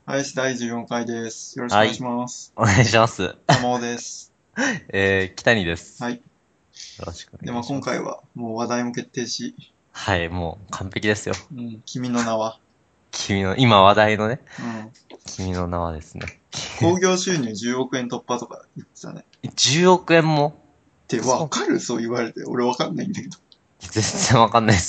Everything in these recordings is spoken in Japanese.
はい、第14回です。よろしくお願いしはい、 ます。 お願いします。 山尾です。 北にです。 はい。 よろしくおで、 願いします。 今回はもう話題も決定し、 はい、もう完璧ですよ。 うん、君の名は、 今話題のね、 うん、 君の名はですね。 興行収入10億円突破とか言ってたね。 10億円もってわそう、 かるそう言われて。俺わかんないんだけど。 全然わかんないです。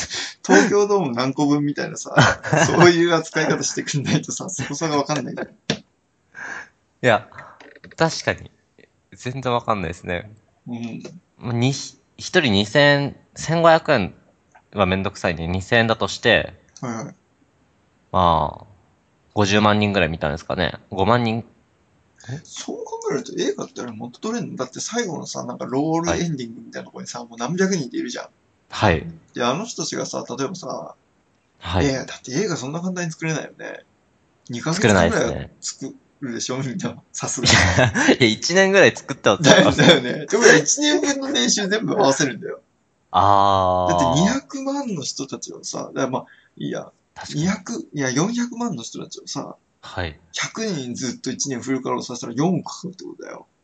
東京ドーム何個分みたいなさ、そういう扱い方してくんないとさ、そこさがわかんないんだよ。 いや、確かに、全然わかんないですね。 うん。 一人2000、1500円はめんどくさいんで2000円だとして、 はいはい。 まあ、50万人ぐらい見たんですかね。5万人。 そう考えると映画ってあれ元取れんのだって最後のさ、なんかローはい。 ルエンディングみたいなところにさ、もう何百人っているじゃん。 はい。 で、あの人たちがさ、例えばさ、 はい。 だって映画そんな簡単に作れないよね。2ヶ作れな月間ぐらいはいですね。 作るでしょみんな。さすいがに。 や、いや1年ぐらい作ってますよ、 だよ多分。 ね。ってことは1年分の年収全部合わせるんだよ。だってあ 200万の人たちをさ、だからまあ、いいや、 確かに。 200、いや、400万の人たちをさ、 はい。 100人ずっと1年フル稼働させたら4億かかるってことだよ。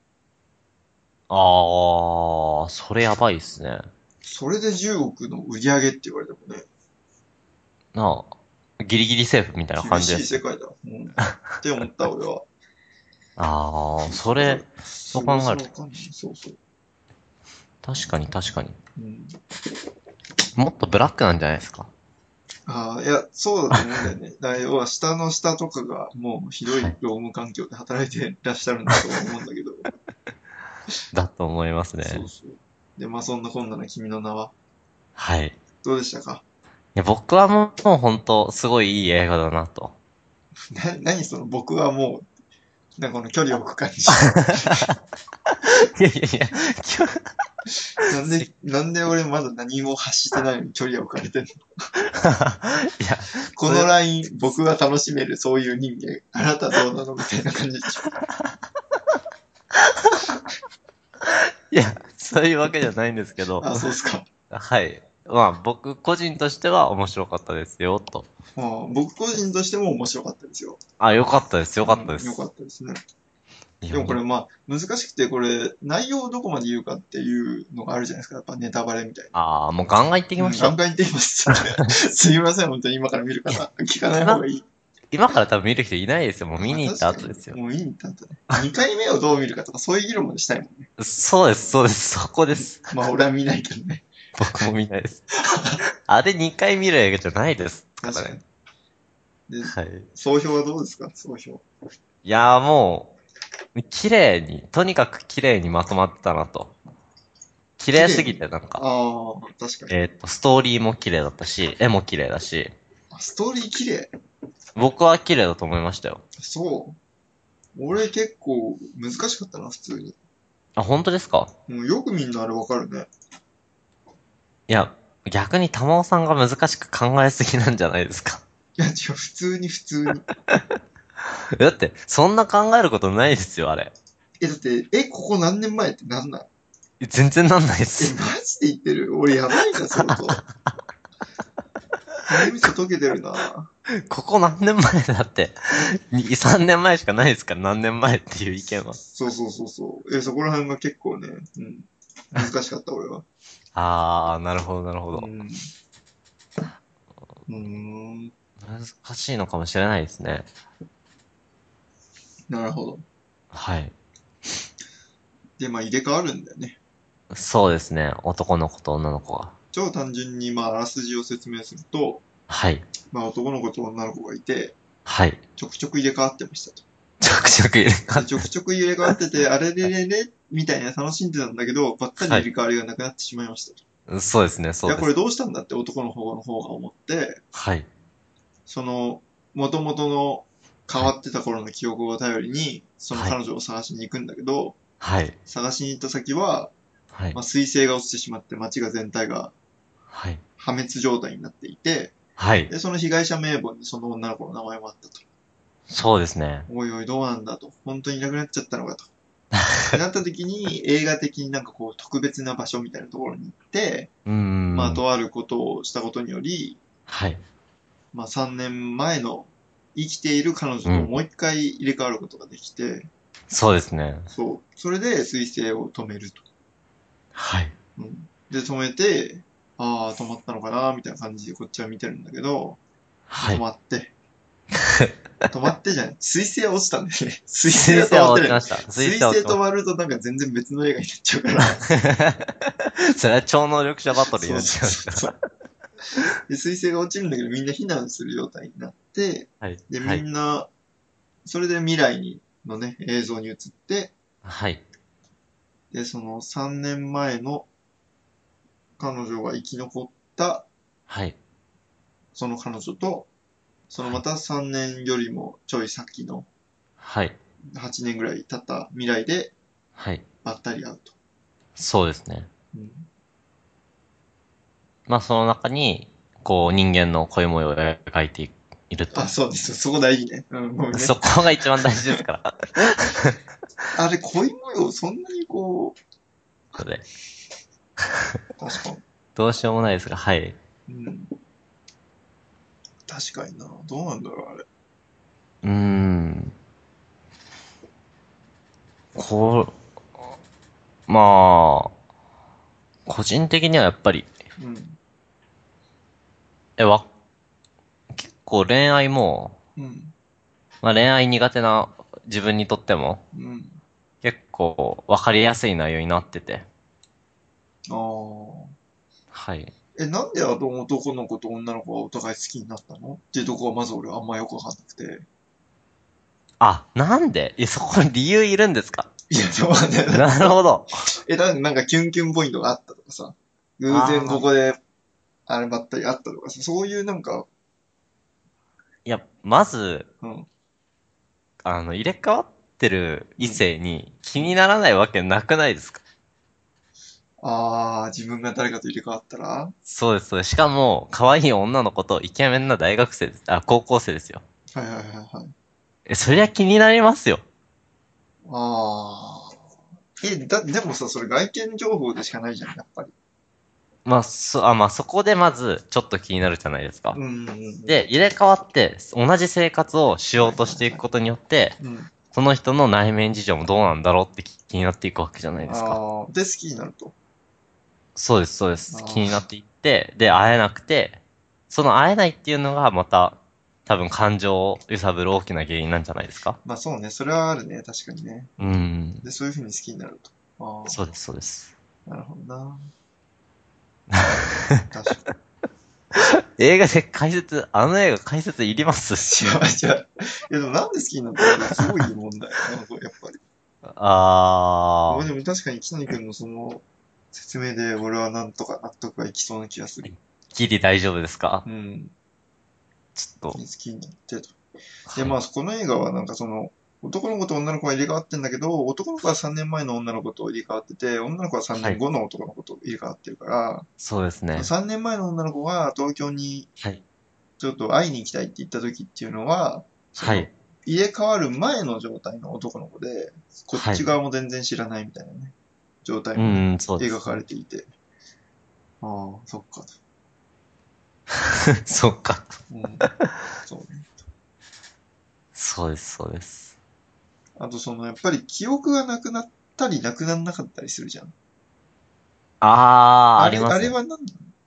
それやばいっすね。 それで10億の売り上げって言われてもね、 なギリギリセーフみたいな厳し感じですね。 い世界だ。うん。って思った、俺は。 そだから、 れ、そうすご考えると、 さわかんない。そうそう。 確かに確かに。 うん。 もっとブラックなんじゃないですか。 ああ、いや、そうだと思うんだよね。だから要は下の下とかがもうひどいはい。 労務環境で働いてらっしゃるんだとは思うんだけど。 だと思いますね。 そうそう。で、まあそんなこんなの君の名ははい。 どうでしたか？ いや、僕はもう本当、すごいいい映画だなと。 何その僕はもう、なんかこの距離を置く感じ。 いやいやいや、今日、 なんで俺まだ何も発してないのに距離を置かれてんの？ いや、 このライン僕は楽しめるそういう人間。あなたどうなのみたいな感じでしょ。 いや、そういうわけじゃないんですけど、 あ、そうっすか。 はい。まあ、僕個人としては面白かったですよ、と。 まあ、僕個人としても面白かったですよ。 あ、よかったです、よかったうん、よかです。 ったですね。 いや、 でもこれまあ、難しくてこれ、内容をどこまで言うかっていうのがあるじゃないですか。やっぱネタバレみたいな。 もうガンガン行ってきうん、 ましょう。 ガンガン言ってきます。すいません、本当に今から見るいや、 方。聞かない方が今、 いい。 今から多分見る人いないですよ。もう見あ、 に行った確かに。 後ですよ。 もういいんだったね。2回目をどう見るかとか、そういう議論までしたいもんね。 そうです、そうです、そこです。 まあ、俺は見ないけどね。 僕も見ないです。あれ2回見る映画じゃないですからね。 確かに。で、 はい。 総評はどうですか総評。 いやーも綺麗に、とにかく綺麗にまとまってたなと。綺麗すぎ綺麗に。 てなんか、 ああ、確かに。 ストーリーも綺麗だったし、絵も綺麗だし、 あ、ストーリー綺麗。 僕は綺麗だと思いましたよ。 そう。俺結構難しかったな、普通に。 あ、本当ですか？ うん、よくみんなあれわかるね。 いや、逆に玉尾さんが難しく考えすぎなんじゃないですか。 いや、違う、普通に普通に。 だって、そんな考えることないですよ、あれ。 だって、ここ何年前ってなんなん？ 全然なんないでマす。 ジで言ってる？俺やばいな、相当。脳みそ溶けてるな。 ここ何年前だって、2、3年前しかないですから、何年前っていう意見は。 そうそうそうそう。そこら辺が結構ね、うん。難しかった、俺は。 なるほど、なるほど。 うん。うーん。 難しいのかもしれないですね。 なるほど。 はい。 で、まあ入れ替わるんだよね。 そうですね。男の子と女の子が。 超単純に、まあ、あらすじを説明すると、 はい。 まあ男の子と女の子がいて、 はい。 ちょくちょく入れ替わってましたと。 ちょくちょく入れ替わで、 って。 ちょくちょく入れ替わってて、あれれれれみたいな楽しんでたんだけど、ばったりはい。 入れ替わりがなくなってしまいましたと。 そうですね、 いや、 そうです。 これどうしたんだって男の方が思って、 はい。 その、元々の変はい。 わってた頃の記憶を頼りに、そのはい。 彼女を探しに行くんだけど、 はい。 探しに行った先は、 はい。 まあ、彗星が落ちてしまって街が全体がはい。 破滅状態になっていて、 はい。 で、その被害者名簿にその女の子の名前もあったと。 そうですね。 おいおい、どうなんだと。本当にいなくなっちゃったのかと。ってなった時に、映画的になんかこう、特別な場所みたいなところに行って、 うーまあ、 ん。 とあることをしたことにより、 はい。 まあ、3年前の生きている彼女ともう一回入れ替わることができて、 そうですね。 そう。それで彗星を止めると。 はい。 うん。で、止めて、ああ、止まったのかな、みたいな感じでこっちは見てるんだけど、止はい。 まって、止まってじゃない。彗星は落ちたんだよね。彗星水星は止まってない。 は落ちました。水彗星は落ちまし星止まるとなんか全然別の映画になっちゃうから。 た。それは超能力者バトルにそうなっちゃいますかそうそう。で、彗星が落ちるんだけどみんな避難する状態になって、 ら。はい。 で、 はい。 みんな、それで未来のね、映像に移って、 はい。 で、その3年前の彼女が生き残ったはい。 その彼女と、そのはい。 また3年よりもちょい先のはい。 8年ぐらい経った未来ではい。 ばったり会うと。 そうですね。 うん、 まあ、その中に、こう、人間の恋模様を描いていると。 あ、そうです。そこ大事ね。うん、ごめんね。 そこが一番大事ですから。 あれ、恋模様、そんなにこので、 う、確かに。 どうしようもないですが、はい。 うん。確かにな。どうなんだろう、あれ。 うーん。こう、まあ、個人的にはやっぱり、 うん。 え、結構恋愛も、 うん。 まあ恋愛苦手な自分にとっても、 うん。 結構わかりやすい内容になってて、 ああ。 はい。 なんで男の子と女の子がお互い好きになったのっていうとこはまず俺あんまよくわかんなくて。 あ、なんでそこに理由いるんですか？ いや、でもね、なんかなるさ、 ほど。 なんかキュンキュンポイントがあったとかさ、偶然こああ、 こであればったりあったとかさ、そういうなんか、 いや、まず、 うん、 入れ替わってる異うん、 性に気うん。 にならないわけなくないですか？ ああ、自分が誰かと入れ替わったらそうです、そうです。しかも、可愛い女の子とイケメンな大学生です。あ、高校生ですよ。 はいはいはいはい。 そりゃ気になりますよ。 ああ。でもさ、それ外見情報でしかないじゃん、やっぱり。 まあ、まあ、そこでまず、ちょっと気になるじゃないですか。 うんうんうん。 で、入れ替わって、同じ生活をしようとしていくはいはいはい。 ことによって、 うん。 その人の内面事情もどうなんだろうって気になっていくわけじゃないですか。 ああ、で、好きになると。 そうです、そうです。気になっあていって、で、会えなくて、その会えないっていうのがまた、多分感情を揺さぶる大きな原因なんじゃないですか。 まあそうね、それはあるね、確かにね。 うん。 で、そういう風に好きになると。 そうです、そうです。 ああ、なるほどな。確か映画であの映画解説いります？ に。違う違う。でもなんで好きになったのかすごい疑問だよな、これやっぱり。まああでも確かに木谷君のその説明で俺はなんとか納得がいきそうな気がする。 ー、ギリ大丈夫ですか？ うん。 ちょっと、 好きになってと。で、 はい。 まあ、この映画はなんかその、男の子と女の子が入れ替わってんだけど、男の子は3年前の女の子と入れ替わってて、女の子は3 はい。 年後の男の子と入れ替わってるかそうですら、 ね。 3年前の女の子が東京にはい。 ちょっと会いに行きたいって言った時っていうのは、その、 はい。 入れ替わる前の状態の男の子で、こっはい。 ち側も全然知らないみたいなね、状態もね、 うん、そうで描かすね。 れていて、ああ、そっかと。 そっか。 うん、そうね。 そうです、そうです。 あとその、やっぱり記憶がなくなったりなくならなかったりするじゃん。 ありますね。 あれは何な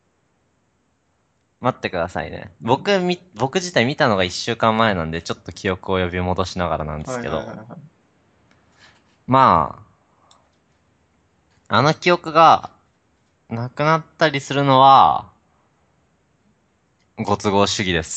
待ってくださいね。 の？うん。 僕自体見たのが一週間前なんで、ちょっと記憶を呼び戻しながらなんですはいはいはいけど、 はい。 まあ、あの記憶がなくなったりするのは、ご都合主義です。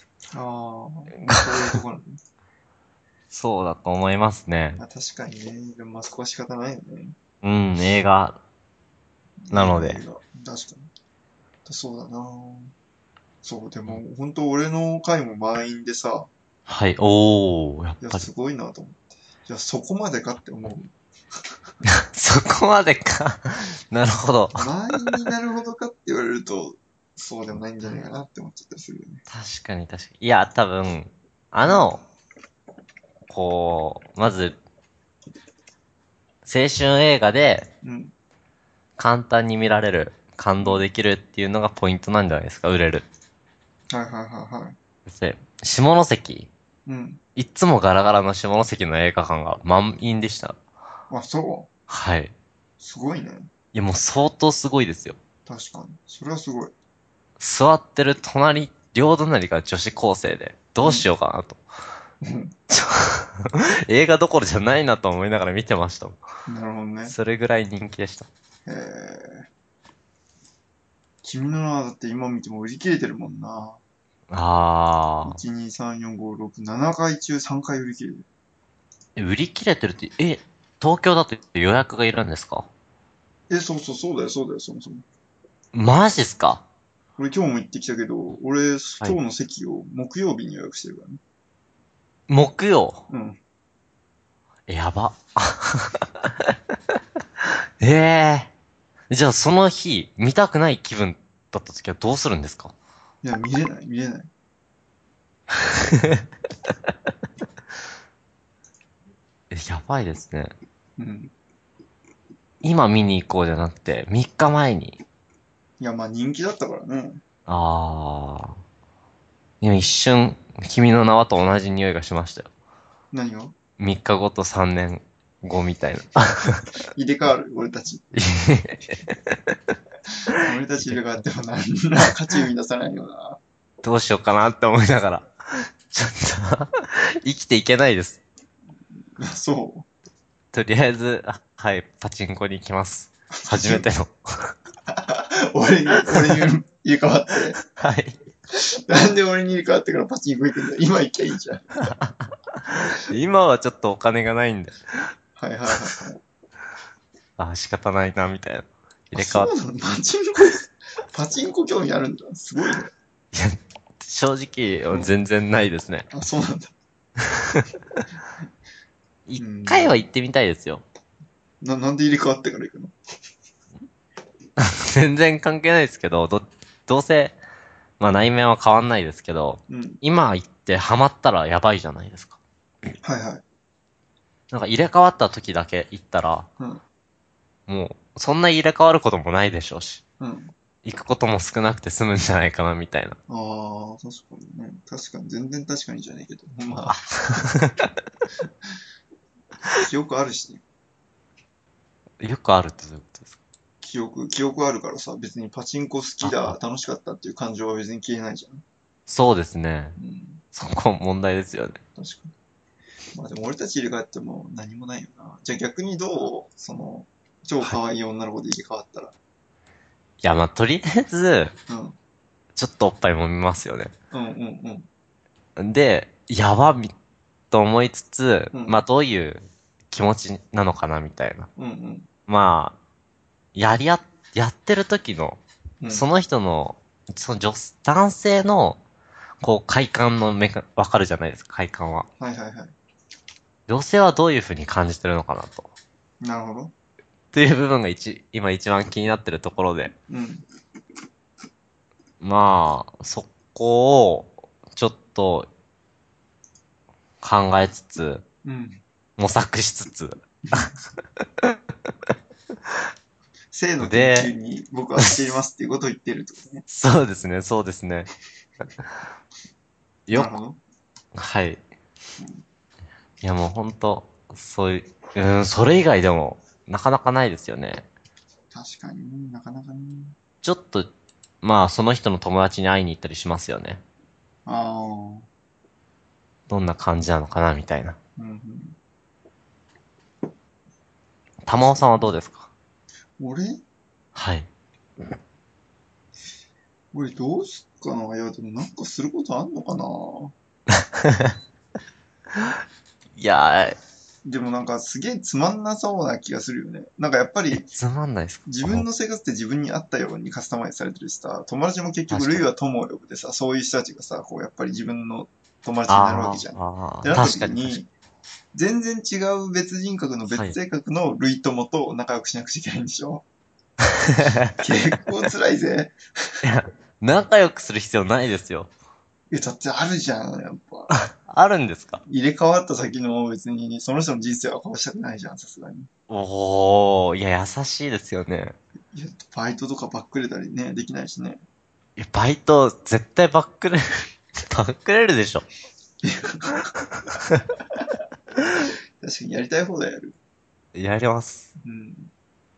ああ、まあそういうところね。 そうだと思いますね。 まあ確かにね。でもまあそこは仕方ないよね。 うん、映画なので。 映画。確かに。そうだな。そう、でも本当俺の回も満員でさ、 はい、おー、やっいや、 ぱり。 すごいなと思って。いや、そこまでかって思う。 そこまでか。なるほど。 満員になるほどかって言われると、そうでもないんじゃないかなって思っちゃったりするよね。 確かに確かに。いや、多分、 うんまず、青春映画でうん。 簡単に見られる、感うん。 動できるっていうのがポイントなんじゃないですか、売れる。 はいはいはいはい。 そして、下関。 うん。 いっつもガラガラの下関の映画館が満員でした。 あ、そう。 はい。 すごいね。 いや、もう相当すごいですよ。 確かに。それはすごい。 座ってる両隣が女子高生で、どうしようかなと。 うん。 映画どころじゃないなと思いながら見てましたもん。 なるほどね。 それぐらい人気でした。 君の名はだって今見ても売り切れてるもんな。 あ 1、2、3、4、5、6、7回中3回売り切れてる。 売り切れてるって、東京だと予約がいるんですか？ そうそう、そうだよ、そうだよ、そもそも。 マジっすか？ 俺今日も行ってきたけど、俺、今はい。 日の席を木曜日に予約してるからね。 木曜。 うん。 やば。ええじゃあその日、見たくない気分だった時はどうするんですか？ いや、見れない、見れない。 やばいですね。 うん。 今見に行こうじゃなくて、3日前に。 いや、まあ人気だったからね。 ああ。今一瞬、君の名はと同じ匂いがしましたよ。 何が 3日後と3年後みたいな。 入れ替わる、俺たち。俺たち入れ替わっても何ら価値生み出さないよな。 どうしようかなって思いながら。ちょっと生きていけないです。 そう。 とりあえず、はい、パチンコに行きます。初めての。 俺に入れ替わって。 はい。 なんで俺に入れ替わってからパチンコ行くんだよ。今行きゃいいじゃん。 今はちょっとお金がないんで。 はいはいはい。 仕方ないな、みたいな。入あ、 れ替わっ、 そうなのパチンコ興味あるんだ。すごいね。 いや、正直、全然ないですね。 あ、そうなんだ。 一回は行ってみたいですよ。 なんで入れ替わってから行くの？ 全然関係ないですけど、どうせ、まあ内面は変わんないですけど、 うん。 今行ってハマったらやばいじゃないですか。 はいはい。 なんか入れ替わった時だけ行ったら、 うん。 もう、そんな入れ替わることもないでしょうし、 うん。 行くことも少なくて済むんじゃないかな、みたいな。 ああ、確かにね。確かに、全然確かにじゃないけど。まあ、記憶あるしね。 よくあるってどういうことですか？ 記憶あるからさ、別にパチンコ好きだ、 あ、 楽しかったっていう感情は別に消えないじゃん。 そうですね。 うん。 そこ問題ですよね。 確かに。まあでも俺たち入れ替わっても何もないよな。じゃあ逆にどう超はい。い可愛い女の子で入れ替わったら。 や、まあ、とりあえず、 うん。 ちょっとおっぱい揉みますよね。 うんうんで、やばみ、と思いつつ、 うん。うん。 まあ、どういう気持ちなのかな、みたいな。 うんまあ、やってる時の、 うん。うん。 その人の、男性の、こう、快感のわかるじゃないですか、快感は。 はいはいはい。 女性はどういう風に感じてるのかなと。 なるほど。 っていう部分が今一番気になってるところで。 うん。 まあ、そこを、ちょっと考えつつ、 うん。 模索しつつ、 性の研究で、 に僕はしていますっていうことを言ってるってことね。 そうですね、そうですね。よく、 なるほど。 はい。 うん。 いやもうほんと、そういう、それ以外でも、なかなかないですよね。 確かにね、なかなかね。 ちょっと、まあ、その人の友達に会いに行ったりしますよね。 ああ。 どんな感じなのかな、みたいな。 うんうん。 玉尾さんはどうですか？ 俺はい。 俺どうすっかな。いや、でもなんかすることあんのかな。 いやでもなんかすげえつまんなそうな気がするよね。なんかやっぱりつまんないですか？ 自分の生活って自分に合ったようにカスタマイズされてるしさ、友達も結局確かに。 類は友を呼ぶでさ、そういう人たちがさ、こうやっぱり自分の友達になるわけじゃん。っああ、 てなった確かに確かに。 時に、全然違う別人格のはい。 別性格の類友と仲良くしなくちゃいけないんでしょ？結構辛いぜ。 いや、仲良くする必要ないですよ。 だってあるじゃん、やっぱ。 あるんですか？ 入れ替わった先の別に、その人の人生は壊したくないじゃん、さすがに。 おー、いや、優しいですよね。 いや、バイトとかばっくれたりね、できないしね。 いや、バイト、絶対バックれる、バックれるでしょ。 確かにやりたい放題やる。 やります。 うん。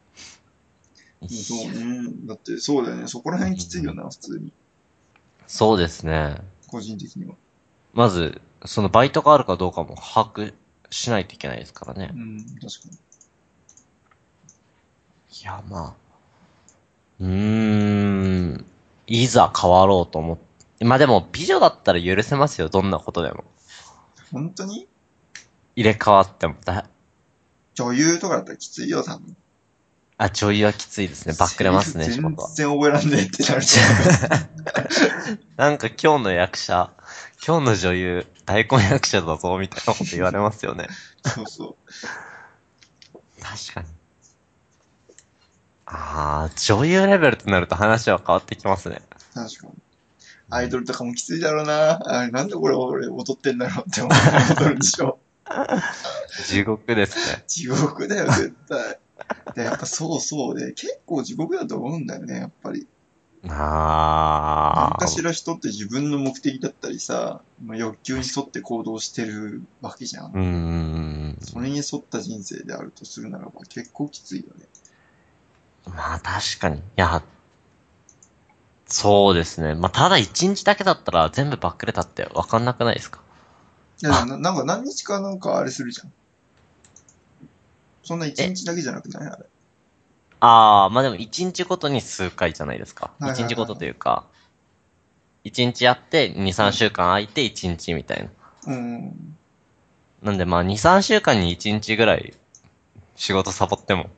そうね。だってそうだよね。そこら辺きついよな、普通に。 そうですね。 個人的には。 まず、そのバイトがあるかどうかも把握しないといけないですからね。 うん、確かに。 いや、まあ。いざ変わろうと思って。まあでも、美女だったら許せますよ。どんなことでも。 本当に入れ替わっても。 女優とかだったらきついよ、多分。 あ、女優はきついですね。バックセリフれますね、仕全事は。 然覚えらんねえってなるとなんか今日の役者、今日の女優、大根役者だぞ、みたいなこと言われますよね。 そうそ確かに。ああ、女優レベルとなると話は変わってきますね。 う。確かに。アイドルとかもきついだろうな。あれ、なんでこれ俺踊ってんだろうって思って踊るんでしょ。 地獄ですね。 地獄だよ、絶対。で、やっぱそうそうで、結構地獄だと思うんだよね、やっぱり。何かしああ、 ら人って自分の目的だったりさ、まあ、欲求に沿って行動してるわけじゃん。それに沿った人生であるとするならば結構きついよね。 まあ確かに。いや、そうですね。まあただ一日だけだったら全部バックれたってわかんなくないですか？ いや、でもなんか何日かなんかあれするじゃん。そんな一え、 日だけじゃなくないあれ。 まあでも一日ごとに数回じゃないですか。 はい一日ごとはいはいはい。 というか、一日やって2、3 うん。 週間空いて一日みたいな。 うん。 なんでまあ2、3週間に1日ぐらい仕事サボっても。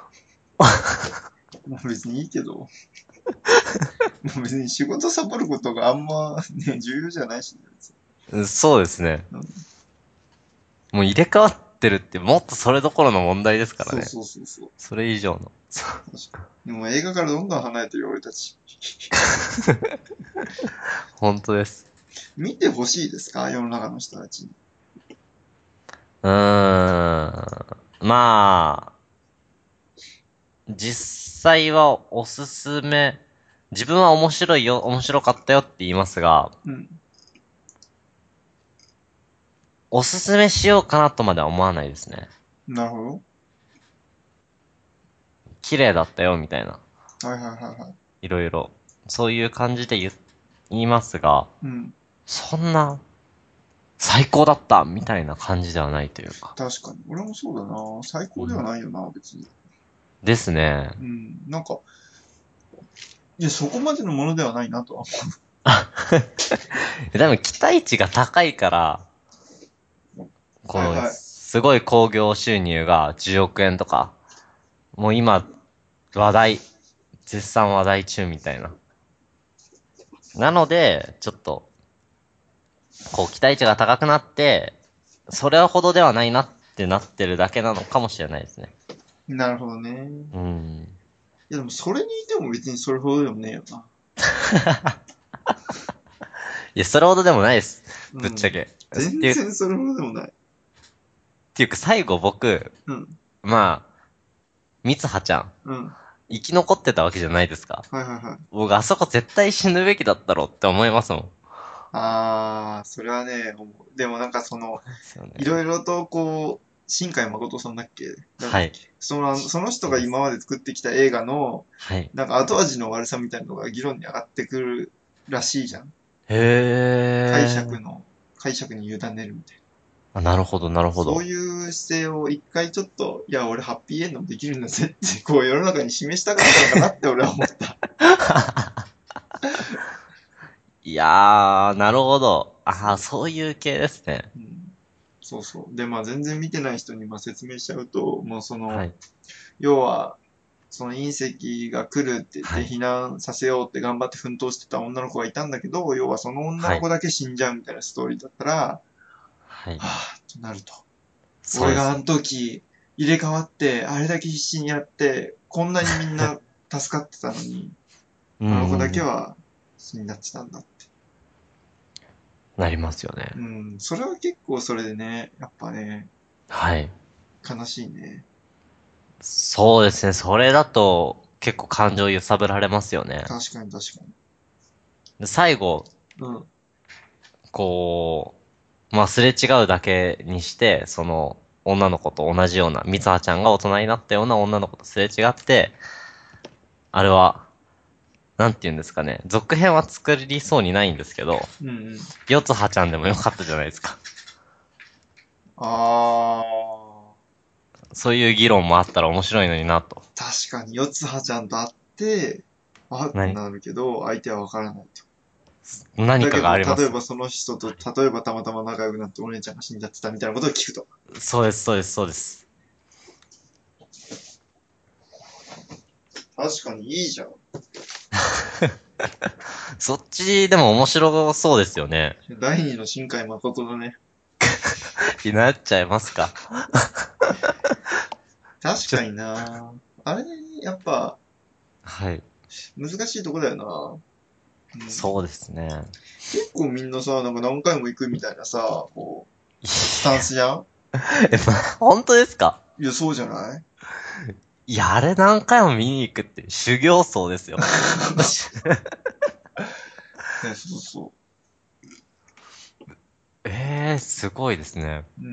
まあ別にいいけど。まあ別に仕事サボることがあんまね、重要じゃないしね、別に。 そうですね。 うん。 もう入れ替わってるってもっとそれどころの問題ですからね。 そうそうそうそう。 それ以上の。 確かに。でも映画からどんどん離れてるよ、俺たち。 本当です。 見てほしいですか世の中の人たちに。 まあ、実際はおすすめ、自分は面白いよ、面白かったよって言いますが、 うん。 おすすめしようかなとまでは思わないですね。 なるほど。 綺麗だったよ、みたいな。 はいはいはいはい。 いろいろ。そういう感じで言いますが、 うん。 そんな、最高だったみたいな感じではないというか。 確かに。俺もそうだな。最高ではうん、 ないよな、別に。 ですね。 うん。なんか、いや、そこまでのものではないなとはでも期待値が高いから、この、 はいはい。 すごい興行収入が10億円とか、もう今、話題、絶賛話題中みたいな。なので、ちょっと、こう期待値が高くなって、それほどではないなってなってるだけなのかもしれないですね。 なるほどね。 うん。 いや、でもそれにいても別にそれほどでもねえよな。 いや、それほどでもないです。 うん。 ぶっちゃけ。 全然それほどでもない。 っていうか最後僕、 うん。 まあ、みつはちゃん、 うん。 生き残ってたわけじゃないですか。 はいはいはい。 僕あそこ絶対死ぬべきだったろって思いますもん。 あー、それはね、思う。でもなんかその、 ですよね。 いろいろとこう、新海誠さんだっけ誰だはい。 っけその人そうです。 が今まで作ってきた映画の、 はい。 なんか後味の悪さみたいなのが議論に上がってくるらしいじゃん。解へー。 釈の、解釈に委ねるみたいな。 あ、なるほど、なるほど。 そういう姿勢を一回ちょっと、いや、俺ハッピーエンドもできるんだぜって、こう世の中に示したかったのかなって俺は思った。 いやー、なるほど。あー、 そう。 そういう系ですね。 うん。そうそう。で、まあ全然見てない人にまあ説明しちゃうと、もうその、 はい。 要は、その隕石が来るって言っはい。 て避難させようって頑張って奮闘してた女の子がいたんだけど、要はその女はい。 の子だけ死んじゃうみたいなストーリーだったら、ははい。 ぁ、となると。 そうです。 俺があの時入れ替わって、あれだけ必死にやって、こんなにみんな助かってたのに、 うんあの子だうんうん。 けは死んだってたんだって。 なりますよね。 うん、それは結構それでね、やっぱね、 はい。 悲しいね。 そうですね。それだと、結構感情揺さぶられますよね。 確かに確かに。 で最後、 うん。 こう、 まあすれ違うだけにして、その女の子と同じような、三葉ちゃんが大人になったような女の子とすれ違って、あれは、なんて言うんですかね。続編は作りそうにないんですけど、 うんうん。 四葉ちゃんでもよかったじゃないですか。 ああ、 そういう議論もあったら面白いのになと。 確かに、四葉ちゃんと会って、あって何、 なるけど、相手はわからないと。 何かだけど、 があります。 例えばその人と、例えばたまたま仲良くなってお姉ちゃんが死んじゃってたみたいなことを聞くと。 そうです、そうです、そうです。 確かにいいじゃん。 そっちでも面白そうですよね。 第二の新海誠だね。 になっちゃいますか。ちょ、 確かになあれ、やっぱ、 はい。 難しいとこだよな。うん、 そうですね。 結構みんなさ、なんか何回も行くみたいなさ、こう、スタンスじゃん。 本当ですか？ いや、そうじゃない。 いや、あれ何回も見に行くって修行僧ですよ。 ね、そうそすごいですね。 う。うん。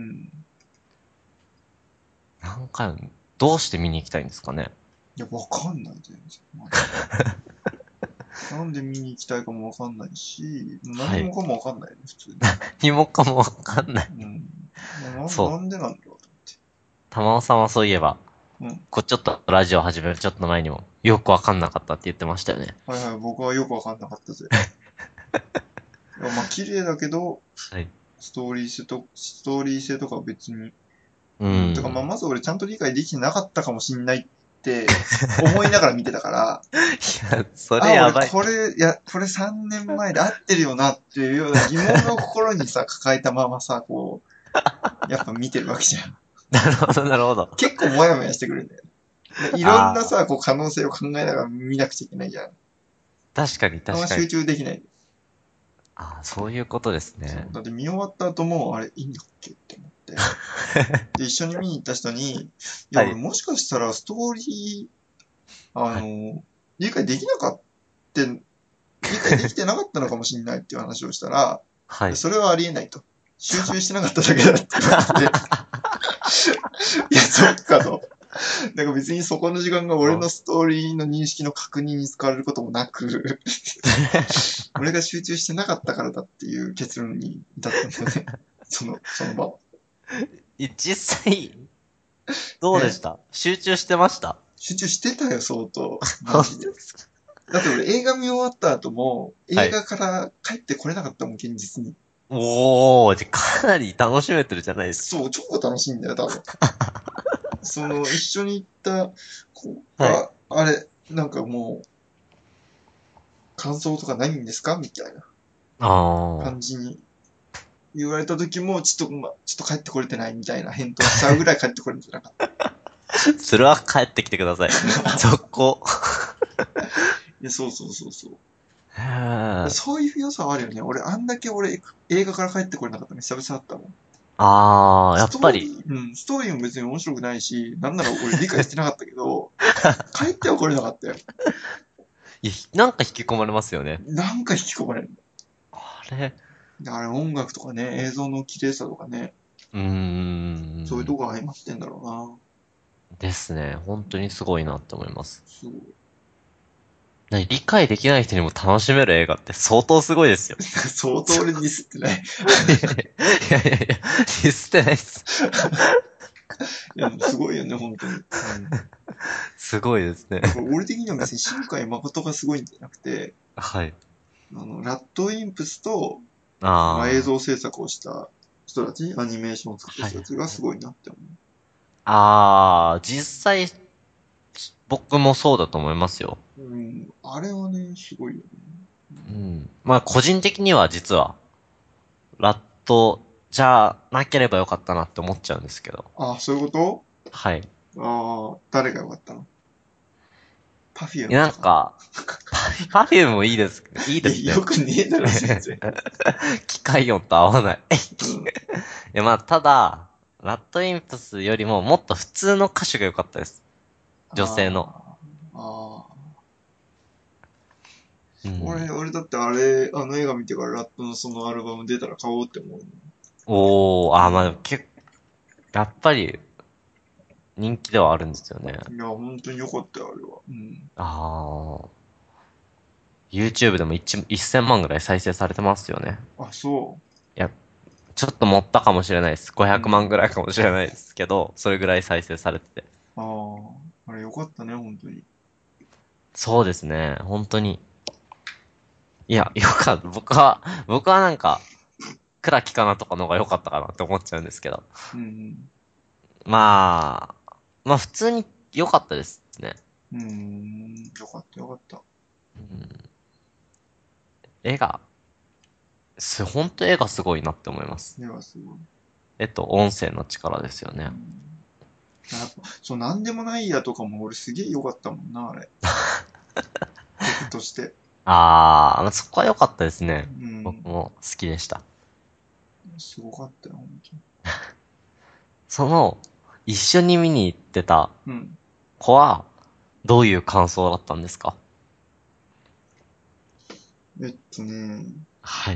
何回も、どうして見に行きたいんですかね。 いや、わかんない、全然。マジで。なんで見に行きたいかもわかんないし、 はい。 何もかもわかんないね、普通に。 にもかもわかんない。 うん。 そう。 なんでなんだろ玉尾さんはそういえば、 う。うん。 ちょっとラジオ始めるちょっと前にも、よくわかんなかったって言ってましたよね。 はいはい、僕はよくわかんなかったぜ。いや、まあ、綺麗だけど、 はい。 ストーリー性とかは別に。 ううん。てか、まあ、 ん。 まず俺ちゃんと理解できてなかったかもしんないって思いながら見てたから、 いや、それあ、 やばい。 これ3年前で合ってるよなっていうような疑問を心にさ、抱えたままさ、こう、やっぱ見てるわけじゃん。 なるほど、なるほど。 結構モヤモヤしてくるんだよね。いろんなああ、 さ、こう可能性を考えながら見なくちゃいけないじゃん。 確かにあんま集確かに。 中できない。 ああ、そういうことですね。 そう。だって見終わった後も、あれ、いいんだっけって思って。で、一緒に見に行った人に、いや、俺はい。 もしかしたらストーリー、 はい。 理解できなかった、理解できてなかったのかもしれないっていう話をしたら、 はい。 それはありえないと。集中してなかっただけだって言われて、いや、そっかと。なんか別にそこの時間が俺のストーリーの認識の確認に使われることもなく、俺が集中してなかったからだっていう結論に至ったんだよね。その場は。 実際、どうでしえた？集中してました？ 集中してたよ、相当。マ本ジで。 当ですか？ だって俺映画見終わった後も、 はい。 映画から帰ってこれなかったもん、現実に。 おー、じゃ、かなり楽しめてるじゃないですか。 そう、超楽しいんだよ、多分。一緒に行った子はい。 が、あれ、なんかもう、感想とかないんですかみたいなああ。 感じに言われた時も、ちょっと帰ってこれてないみたいな返答しちゃうぐらい帰ってこれてなかった。 それは帰ってきてください。続行。 いや、そうそうそうそう。 へー。 そういう良さはあるよね。あんだけ映画から帰ってこれなかったの久々だったもん。 ああ、やっぱり。 ストーリーも別に面白くないし、なんなら俺理解してなかったけど、帰ってはこれなかったよ。 いや、なんか引き込まれますよね。 なんか引き込まれる。 あれ、 あれ音楽とかね、映像の綺麗さとかね、 うーん。 そういうとこが相まってんだろうな。 ですね。本当にすごいなって思います。 すごい。 理解できない人にも楽しめる映画って相当すごいですよ。 相当俺ディスってない。 いやいやいや、ディスってないっす。 いや、すごいよね、本当に。うん。 すごいですね。 だから俺的には別に新海誠がすごいんじゃなくて、 はい。 ラッドウィンプスと、まあ、映あ像制作をした人たち、アニメーションを作っあ。はいはい。 た人たちがすごいなって思ああ、実際、僕もそうだと思いますよ。 う。うん。あれはね、すごいよね。 うん。まあ、個人的には実は、ラットじゃなければよかったなって思っちゃうんですけど。 あ、そういうこはい。 とああ、誰が良かったの？パフュームなんとか。 か、パフュームもいいです。いいいや、 ですね。 よくねえだろ、全然。 機械音と合わない。 うん。 まあ、ただ、ラッドインプスよりももっと普通の歌手が良かったです。女性の。 ああ、ああ。 うん。 俺だってあの映画見てからラットのそのアルバム出たら買おうって思う。 おー、あー、まあでもやっぱり人気ではあるんですよね。 いや、本当に良かったよ、あれは。うん。 あー、YouTube でも1000万ぐらい再生されてますよね。 あ、そいや、ちょっと持ったかもしれないです。 う。う 500万ぐん。 らいかもしれないですけど、それぐらい再生されてて。 ああ、あれ良かったね、本当に。 そうですね、本当に。いや、よかった。僕はなんか、倉木かなとかの方が良かったかなって思っちゃうんですけど。 うんまあ普通に良かったですね。 うん。良かったよかった。 うん、絵が、本当絵がすごいなって思います。 ではすごい。 絵と音声の力ですよね。 うん。やっぱ、そう、なんでもないやとかも俺すげえ良かったもんな、あれ。曲として。 まあそこは良かったですね。 うん。 僕も好きでした。 すごかったよ、本当に。 その、一緒に見に行ってたうん。 子は、どういう感想だったんですか？ ね、 はい。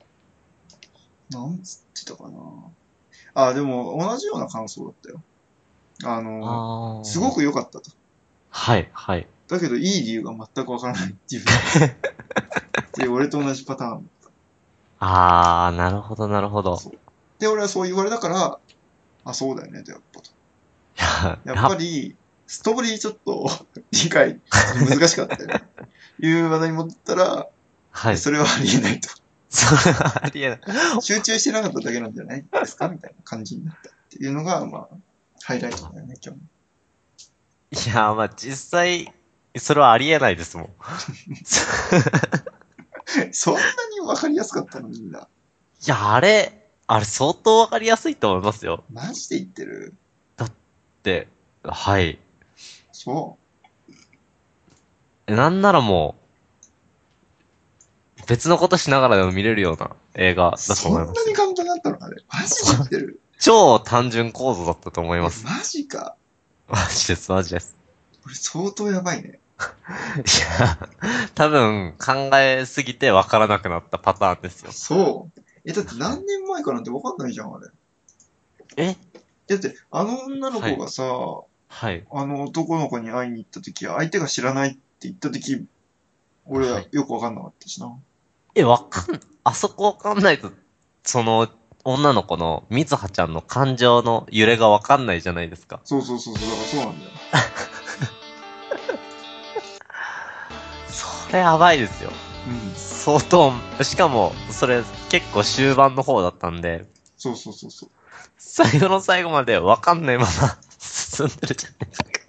なんつってたかな。あ、でも同じような感想だったよ。すごあく良かったと。 はい、はい。 だけどいい理由が全くわからないっていう。で、俺と同じパターン。 なるほど、なるほど。 そう。で、俺はそう言われたから、あ、そうだよね、とやっぱと。 いや、 やっぱり、ストーリーちょっと理解、難しかったよね。いう話題に戻ったら、 はい。 それはありえないと。 それはありえない。 集中してなかっただけなんじゃないですかみたいな感じになったっていうのが、まあ、ハイライトだよね、今日の。 いや、まあ実際、それはありえないですもん。 そんなにわかりやすかったのみんな。 いや、あれ相当わかりやすいと思いますよ。 マジで言ってる？ で、はい。 そなんならもう、別のことしながらでも見れるような映う。 画だとそんな思いますよ。 に簡単だったのあれ。マジで言ってる？ 超単純構造だったと思います。 マジか。 マジです、マジです。 これ相当やばいね。 いや、多分考えすぎてわからなくなったパターンですよ。 そう。だってはい。 何年前かなんてわかんないじゃん、あれ。 えだって、あの女のはい。 子がさ、 はい。 あの男の子に会いに行った時、相手が知らないって言った時、俺はい。 はよくわかんなかったしな。 あそこわかんないと、その、女の子の、みずはちゃんの感情の揺れがわかんないじゃないですか。 そうそうそうそう、だからそうなんだよ。 それやばいですよ。 うん。 相当、しかも、それ結構終盤の方だったんで、 そうそうそうそう。 最後の最後までわかんないまま進んでるじゃないですか。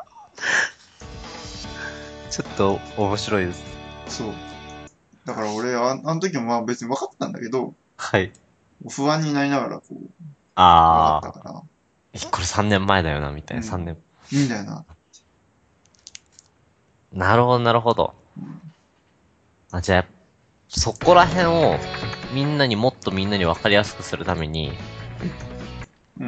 ちょっと面白いです。 そう。だから俺、あの時もまあ別に分かったんだけど、 はい。 不安になりながらこう、分かったあから、 これ3年前だよな、みたいな。3 うん。 年。 いいんだよな。 なるほど、なるほど。 うん。 じゃあ、そこら辺を、もっとみんなに分かりやすくするために、 うん。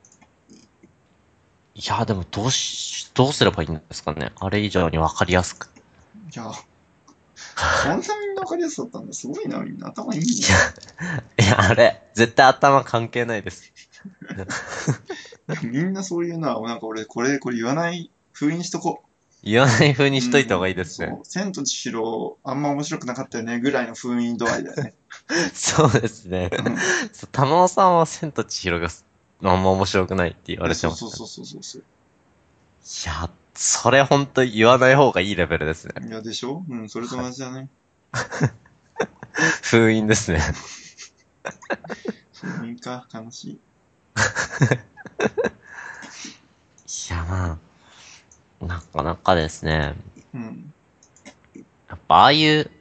いや、でもどうすればいいんですかね。あれ以上に分かりやすく。 いや、そんなみんな分かりやすかったんだ。すごいな、みんな。頭いいね。 いや、あれ、絶対頭関係ないです。 いやみんなそういうな、なんか俺、これ言わない風にしとこ言わない風う。うにしといた方がいいん。 ですね。 そう。千と千尋、あんま面白くなかったよね、ぐらいの封印度合いだよね。 そうですね。 うん。 玉尾さんは千と千尋があんま面白くないって言わいや、 れてましたね。 そうそうそうそうそうそう。 いや、それほんと言わない方がいいレベルですね。 いや、でしょ？うん、それとはい。 同じだね。 封印ですね。 封印か、悲しい。 いや、まあ、なかなかですね。 うん。 やっぱああいう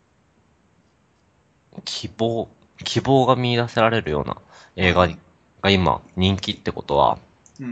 希望、希望が見出せられるような映画はいはい。 が今人気ってことは、 うん。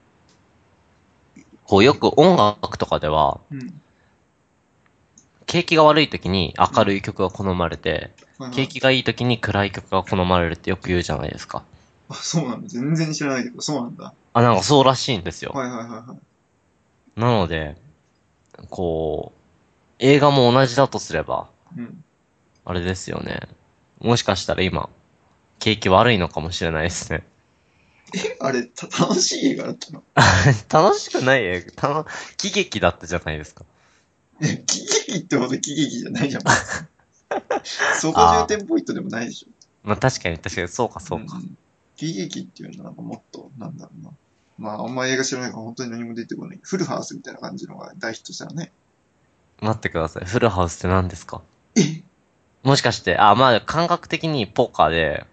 こうよく音楽とかでは、 うん。 景気が悪い時に明るうん。 い曲が好まれて、 はいはい。 景気がいい時に暗い曲が好まれるってよく言うじゃないですか。 あ、そうなんだ。全然知らないけど、そうなんだ。 なんかそうらしいんですよ。 はいはいはいはい。 なので、こう、映画も同じだとすれば、 うん。 あれですよね。もしかしたら今、 景気悪いのかもしれないですね。 あれ、楽しい映画だったの？ 楽しくない映画、喜劇だったじゃないですか。 喜劇ってほど喜劇じゃないじゃん。そこ重ああ。 点ポイントでもないでしょ。 まあ確かに、そうかうそうか。 ん。喜劇っていうのはなんかもっと、なんだろうな。まあ、あんま映画知らないから本当に何も出てこない。フルハウスみたいな感じのが大ヒットしたらね。 待ってください。フルハウスって何ですか？ えもしかして、まあ感覚的にポーカーで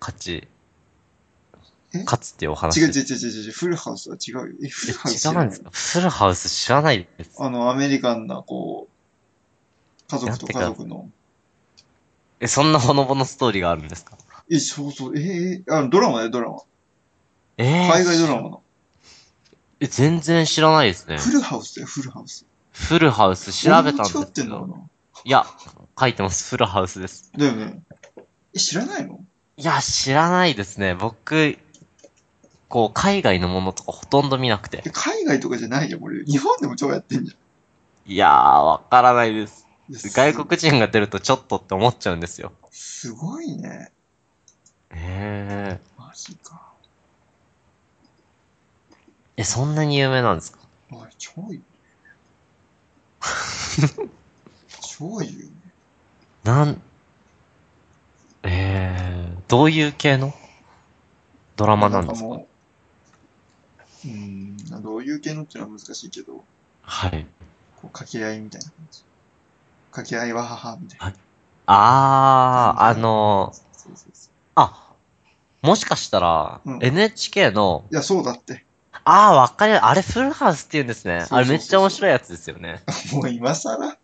え勝つっていうお違う違う話です。 違う違う違う。フルハウスは違うよ。フルハウス知違うんですらないの？ か？フルハウス知らないです。 アメリカンな、家族となんてか、 家族の。 そんなほのぼのストーリーがあるんですか？ そうそう、ドラマだよ、ドラマ。海外ド知ら、 ラマの。 全然知らないですね。 フルハウスだよ、フルハウス。 フルハウス調俺べたん間違ってですけど。 んのかな？ いや、書いてます。フルハウスです。 だよね。知らないの？ いや、知らないですね。僕、海外のものとかほとんど見なくて。 海外とかじゃないよ、俺。日本でも超やってんじいやー、わからないです。 ゃん。 外国人が出るとちょっとって思っちゃうんですよ。 すごいね。 へマジか。 そんなに有名なんですか？ おい、超有名。 なん、どういう系のドラマななんですか？ んかもどういう系のっていうのは難しいけど、 はい。 掛け合いみたいな感じ。掛け合いは母みたいな感じの。そうそうそもしかしたら、 う。うん。 NHK の、 いや、そうだって。 わかります。あれフルハウスって言うんですね。あれめっちゃ面白いやつですよね。 もう今更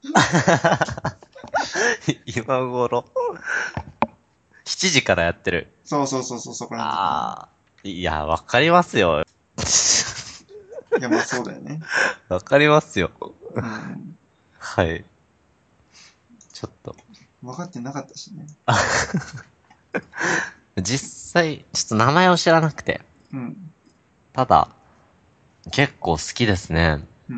今頃。7時からやってる。 そうそうそうそう、そこなんだ。 いや、わかりますよ。 いや、まあそうだよね。 わかりますよ。 うん。 はい。ちょっと。 分かってなかったしね。 実際、ちょっと名前を知らなくて。 うん。 ただ、結構好きですね。 うん。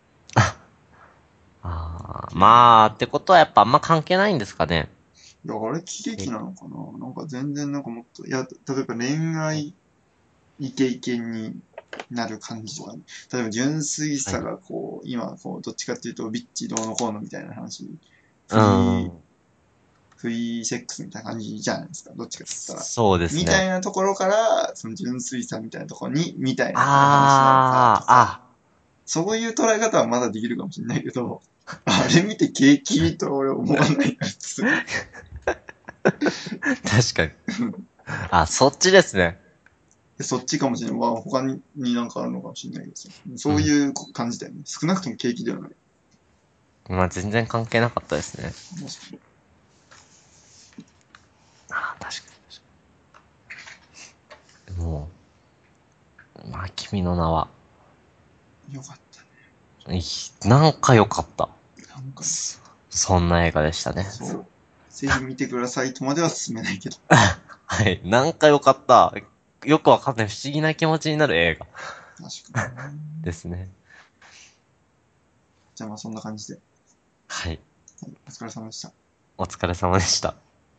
まあ、ってことはやっぱあんま関係ないんですかね。 いや、あれ喜劇なのかな？なんか全然なんかもっと、いや、例えば恋愛イケイケになる感じとか、ね、例えば純粋さが今どっちかっていうとビッチどうのこうのみたいな話、フうリー、 ん。 フリーセックスみたいな感じじゃないですか。どっちかって言ったら。 そうですみたいね。 なところから、その純粋さみたいなところに、みたいなお話なのかとか、そういう捉え方はまだできるかもしれないけど、あれ見て景気と俺思わないやつ。 確かに。そっちですね。 そっちかもしれない。まあ他になんかあるのかもしれないけどさ。そういう感じだよね。少なくとも景気ではない。 まあ全然関係なかったですね。 確か確かに。もう、まあ君の名は、 に。よかったね。 なんか良かった。 なんか、 そんな映画でしたね。 そう。ぜひ見てくださいとまでは進めないけど。 はい。なんか良かった。よくわかんない不思議な気持ちになる映画確かにね。 ですね。 じゃあまあそんな感じで。 はい。 はい、お疲れ様でした。 お疲れ様でした。